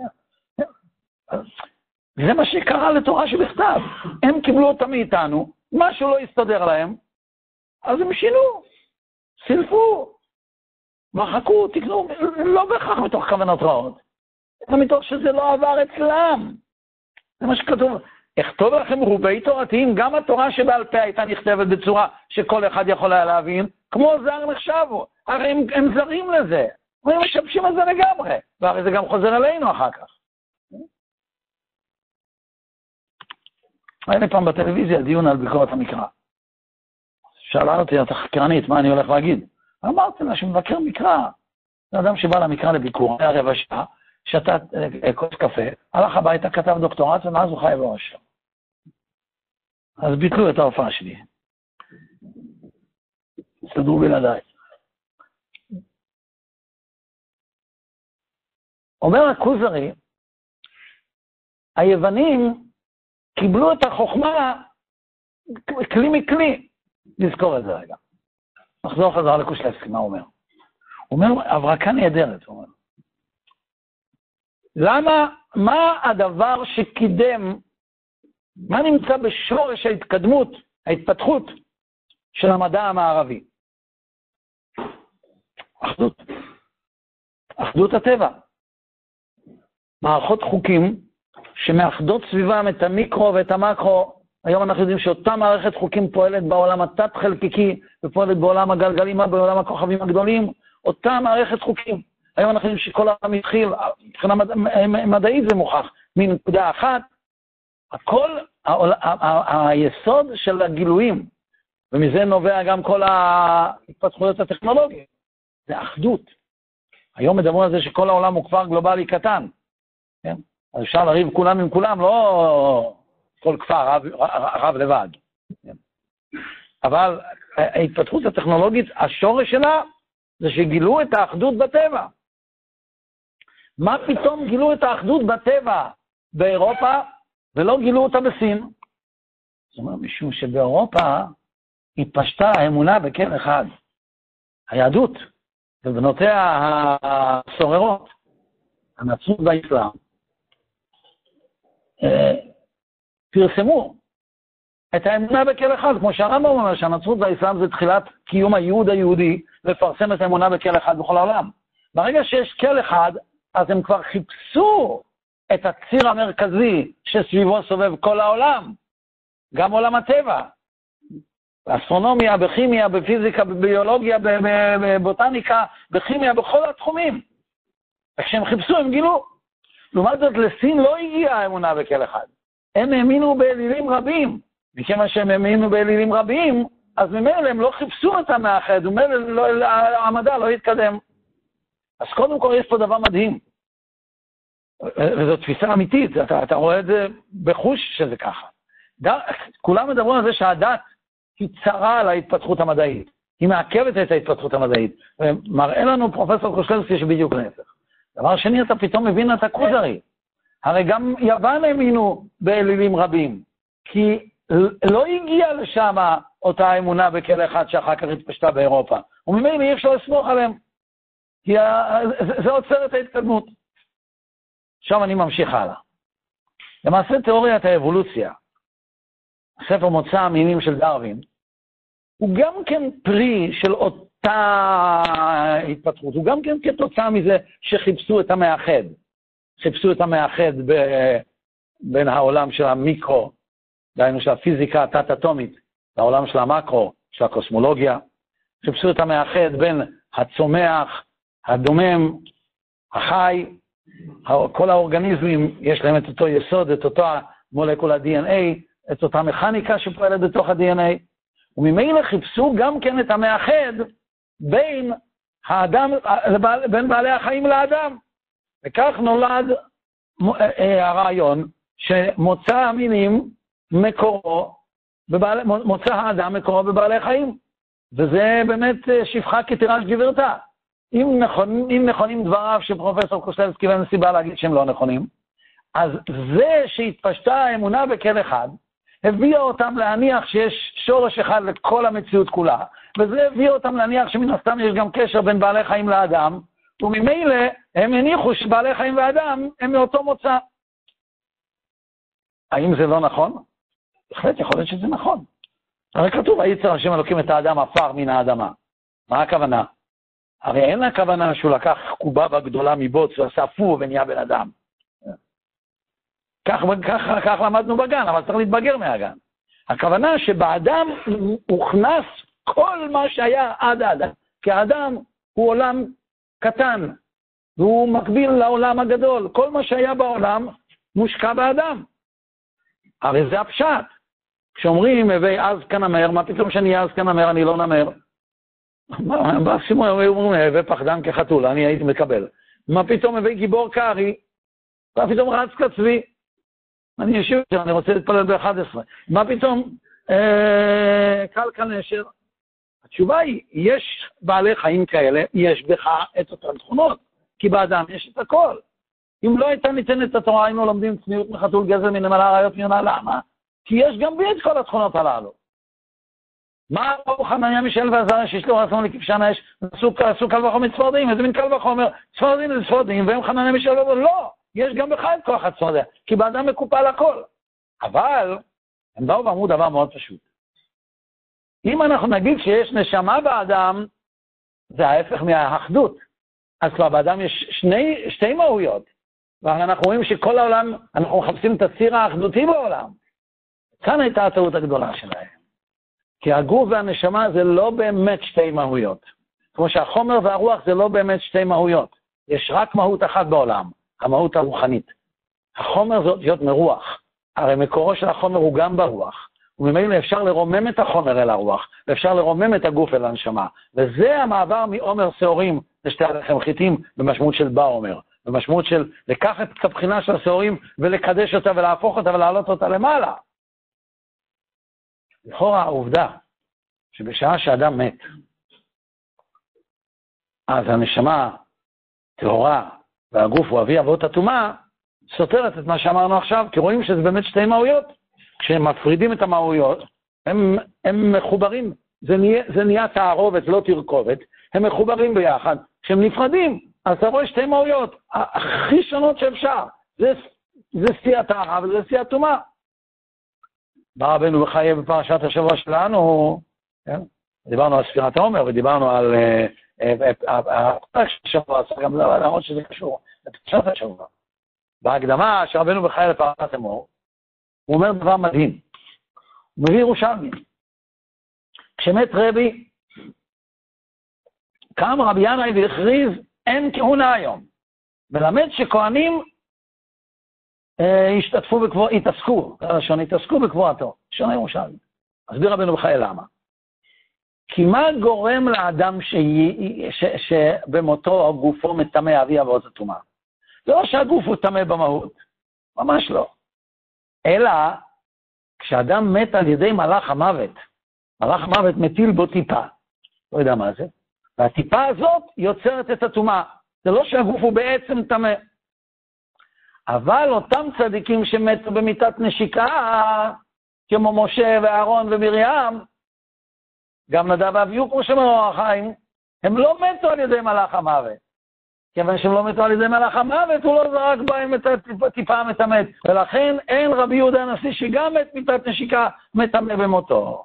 זה מה שקרה לתורה שבכתב. הם קיבלו אותה מאיתנו, משהו לא הסתדר להם, אז הם שינו, סילפו, מחקו, תקנו, לא בהכרח מתוך כוונות רעות, אלא מתוך שזה לא עבר אצלם. זה מה שכתוב. אכתוב לכם רובי תורתיים, גם התורה שבעל פה הייתה נכתבת בצורה שכל אחד יכול היה להבין, כמו זר נחשבו. הרי הם זרים לזה, והם משבשים את זה לגמרי, והרי זה גם חוזר אלינו אחר כך. היה לי פעם בטלוויזיה דיון על ביקורת המקרא. שאלה אותי, את החקרנית, מה אני הולך להגיד? אמרתי לה שמבקר מקרא, זה אדם שבא למקרא לביקור, היה רבע שעה, שתה כוס קפה, הלך הביתה, כתב דוקטורט, ומאז הוא חי באושר. אז ביטלו את ההופעה שלי. סדרו בלעדיי. אומר הכוזרי, היוונים קיבלו את החוכמה כלי מכלי. נזכור את זה רגע. נחזור חזרה לקושלבסקי, מה הוא אומר? הוא אומר, הברקה נהדרת, הוא אומר. למה, מה הדבר שקידם, מה נמצא בשורש ההתקדמות, ההתפתחות של המדע המערבי? אחדות. אחדות הטבע. מערכות חוקים שמאחדות סביבם את המיקרו ואת המקרו. היום אנחנו יודעים שאותה מערכת חוקים פועלת בעולם התת-חלקיקי, ופועלת בעולם הגלגלים, בעולם הכוכבים הגדולים, אותה מערכת חוקים. היום אנחנו יודעים שכל העולם התחיל, מבחינה מדעית זה מוכח, מנקודה אחת, הכל, היסוד של הגילויים, ומזה נובע גם כל ההתפתחויות הטכנולוגיות, זה אחדות. היום מדברים על זה שכל העולם הוא כבר גלובלי קטן, כן? אז אפשר לריב כולם עם כולם, לא כל כפר רב לבד. כן? אבל ההתפתחות הטכנולוגית, השורש שלה, זה שגילו את האחדות בטבע. מה פתאום גילו את האחדות בטבע באירופה, ולא גילו אותה בסין? זאת אומרת, משום שבאירופה התפשטה האמונה בכל אחד. היהדות, ובנותיה הסוררות, הנצרות והאסלאם, פרסמו את האמונה בכל אחד, כמו שהרמב"ם אומר, שהנצרות והאסלאם זה תחילת קיום הייעוד היהודי, לפרסם את האמונה בכל אחד בכל העולם. ברגע שיש כל אחד, אז הם כבר חיפשו את הציר המרכזי שסביבו סובב כל העולם, גם עולם הטבע, באסטרונומיה, בכימיה, בפיזיקה, בביולוגיה, בבוטניקה, בכימיה, בכל התחומים. וכשהם חיפשו, הם גילו. לעומת זאת, לסין לא הגיעה האמונה בכל אחד. הם האמינו באלילים רבים. מכיוון שהם האמינו באלילים רבים, אז ממילא הם לא חיפשו את המאחד, וממילא המדע לא התקדם. אז קודם כל יש פה דבר מדהים. וזו תפיסה אמיתית, אתה רואה את זה בחוש שזה ככה. כולם מדברים על זה שהדת היא צרה על ההתפתחות המדעית. היא מעכבת את ההתפתחות המדעית. ומראה לנו פרופסור קושלבסקי שבדיוק להפך. דבר שני, אתה פתאום מבין את הכוזרי. הרי גם יוון האמינו באלילים רבים, כי לא הגיעה לשם אותה אמונה בכל אחד שאחר כך התפשטה באירופה. וממילא אי אפשר לסמוך עליהם. כי זה עוצר את ההתקדמות. עכשיו אני ממשיך הלאה. למעשה תיאוריית האבולוציה, ספר מוצא המינים של דרווין, הוא גם כן פרי של אותה התפתחות, הוא גם כן כתוצאה מזה שחיפשו את המאחד. חיפשו את המאחד בין העולם של המיקרו, דהיינו של הפיזיקה התת-אטומית, לעולם של המקרו, של הקוסמולוגיה. חיפשו את המאחד בין הצומח, הדומם, החי, כל האורגניזמים יש להם את אותו יסוד, את אותו מולקולה DNA, את אותה מכניקה שפועלת בתוך ה-DNA, וממילא חיפשו גם כן את המאחד בין האדם, בין בעלי החיים לאדם. וכך נולד הרעיון שמוצא המינים מקורו, מוצא האדם מקורו בבעלי חיים. וזה באמת שפחה כתירש גברתה. אם נכונים דבריו של פרופסור קושלבסקי, ואין סיבה להגיד שהם לא נכונים, אז זה שהתפשטה האמונה בכל אחד, הביאה אותם להניח שיש שורש אחד לכל המציאות כולה, וזה הביא אותם להניח שמן הסתם יש גם קשר בין בעלי חיים לאדם, וממילא הם הניחו שבעלי חיים ואדם הם מאותו מוצא. האם זה לא נכון? בהחלט יכול להיות שזה נכון. הרי כתוב, היצר השם אלוקים את האדם עפר מן האדמה. מה הכוונה? הרי אין הכוונה שהוא לקח קובבה גדולה מבוץ, הוא עשה פו ונהיה בן אדם. כך למדנו בגן, אבל צריך להתבגר מהגן. הכוונה שבאדם הוכנס כל מה שהיה עד האדם. כי האדם הוא עולם קטן, והוא מקביל לעולם הגדול. כל מה שהיה בעולם מושקע באדם. הרי זה הפשט. כשאומרים, הווי אז כנמר, מה פתאום שאני אז כנמר, אני לא נמר? אומרים, הווי פחדן כחתול, אני הייתי מקבל. מה פתאום הווי גיבור קרי? מה פתאום רץ כצבי? אני יושב שם, אני רוצה להתפלל ב-11. מה פתאום קל כנשר? התשובה היא, יש בעלי חיים כאלה, יש בך את אותן תכונות, כי באדם יש את הכל. אם לא הייתה ניתנת התורה, היינו לומדים צניעות מחתול, גזל מנמלה, ראיות מיונה. למה? כי יש גם בי את כל התכונות הללו. מה אמרו חנניה, מישאל ועזריה שיש לו רצון לכבשן האש, עשו קל וחומר צפרדעים? איזה מין קל וחומר? צפרדעים זה צפרדעים, והם חנניה מישאל ועזריה, לא, יש גם בך את כוח הצפרדע, כי באדם מקופל הכל. אבל הם באו ואמרו דבר מאוד פשוט. אם אנחנו נגיד שיש נשמה באדם, זה ההפך מהאחדות. אז כבר באדם יש שתי מהויות. ואנחנו רואים שכל העולם, אנחנו מחפשים את הציר האחדותי בעולם. כאן הייתה הטעות הגדולה שלהם. כי הגוף והנשמה זה לא באמת שתי מהויות. כמו שהחומר והרוח זה לא באמת שתי מהויות. יש רק מהות אחת בעולם, המהות הרוחנית. החומר זה להיות מרוח. הרי מקורו של החומר הוא גם ברוח. וממילא אפשר לרומם את החומר אל הרוח, ואפשר לרומם את הגוף אל הנשמה. וזה המעבר מעומר שעורים לשתי הלחם חיטים במשמעות של בעומר. במשמעות של לקחת את הבחינה של השעורים ולקדש אותה ולהפוך אותה ולהעלות אותה למעלה. לכאורה העובדה שבשעה שאדם מת, אז הנשמה טהורה והגוף הוא אבי אבות הטומאה, סותרת את מה שאמרנו עכשיו, כי רואים שזה באמת שתי מהויות. כשהם מפרידים את המהויות, הם מחוברים, זה נהיה תערובת, לא תרכובת, הם מחוברים ביחד. כשהם נפרדים, אז אתה רואה שתי מהויות, הכי שונות שאפשר, זה שיא הטהרה וזה שיא הטומאה. בא רבנו בחיי בפרשת השבוע שלנו, כן? דיברנו על ספירת העומר ודיברנו על השבוע, גם למרות שזה קשור לפרשת השבוע. בהקדמה שרבנו בחיי לפרשת אמור, הוא אומר דבר מדהים. הוא מביא ירושלמי. כשמת רבי, קם רבי ינאי והכריז, אין כהונה היום. מלמד שכהנים התעסקו בקבועתו. שונה ירושלמי. מסביר רבנו בחיי למה. כי מה גורם לאדם שבמותו גופו מטמא אבי אבות הטומאה? זה לא שהגוף הוא טמא במהות. ממש לא. אלא כשאדם מת על ידי מלאך המוות, מלאך המוות מטיל בו טיפה, לא יודע מה זה, והטיפה הזאת יוצרת את הטומאה. זה לא שהגוף הוא בעצם טמא. אבל אותם צדיקים שמתו במיטת נשיקה, כמו משה ואהרון ומרים, גם נדב ואביהו כמו שאומר אור החיים, הם לא מתו על ידי מלאך המוות. כיוון שהם לא מתו על ידי מלאך המוות, הוא לא זרק בהם את הטיפה המטמאת. ולכן אין רבי יהודה הנשיא שגם מת מיטת נשיקה מטמא במותו.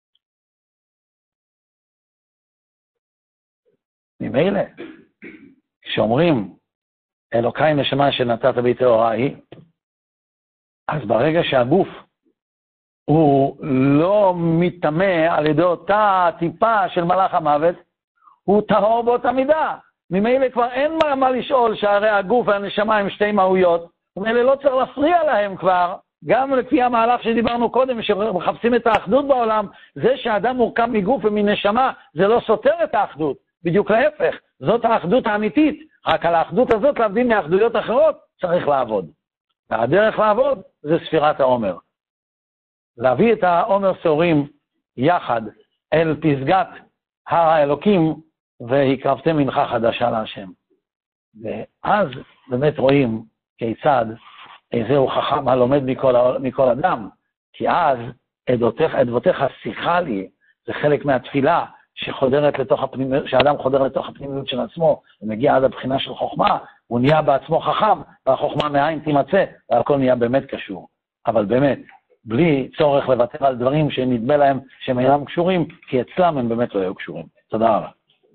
ממילא, כשאומרים, אלוקי נשמה שנתת בי טהורה היא, אז ברגע שהגוף הוא לא מטמא על ידי אותה טיפה של מלאך המוות, הוא טהור באותה מידה. ממילא כבר אין מה לשאול שהרי הגוף והנשמה הם שתי מהויות, ומילא לא צריך להפריע להם כבר, גם לפי המהלך שדיברנו קודם, שמחפשים את האחדות בעולם, זה שהאדם מורכב מגוף ומנשמה, זה לא סותר את האחדות, בדיוק להפך, זאת האחדות האמיתית, רק על האחדות הזאת להבדיל מאחדויות אחרות צריך לעבוד. והדרך לעבוד זה ספירת העומר. להביא את העומר שעורים יחד אל פסגת הר האלוקים, והקרבתם מנחה חדשה להשם. ואז באמת רואים כיצד איזהו חכם הלומד מכל אדם, כי אז עדותיך שיחה לי, זה חלק מהתפילה שהאדם חודר לתוך הפנימיות של עצמו, ומגיע עד הבחינה של חוכמה, הוא נהיה בעצמו חכם, והחוכמה מאין תימצא, והכל נהיה באמת קשור. אבל באמת, בלי צורך לוותר על דברים שנדמה להם שהם אינם קשורים, כי אצלם הם באמת לא היו קשורים. תודה רבה.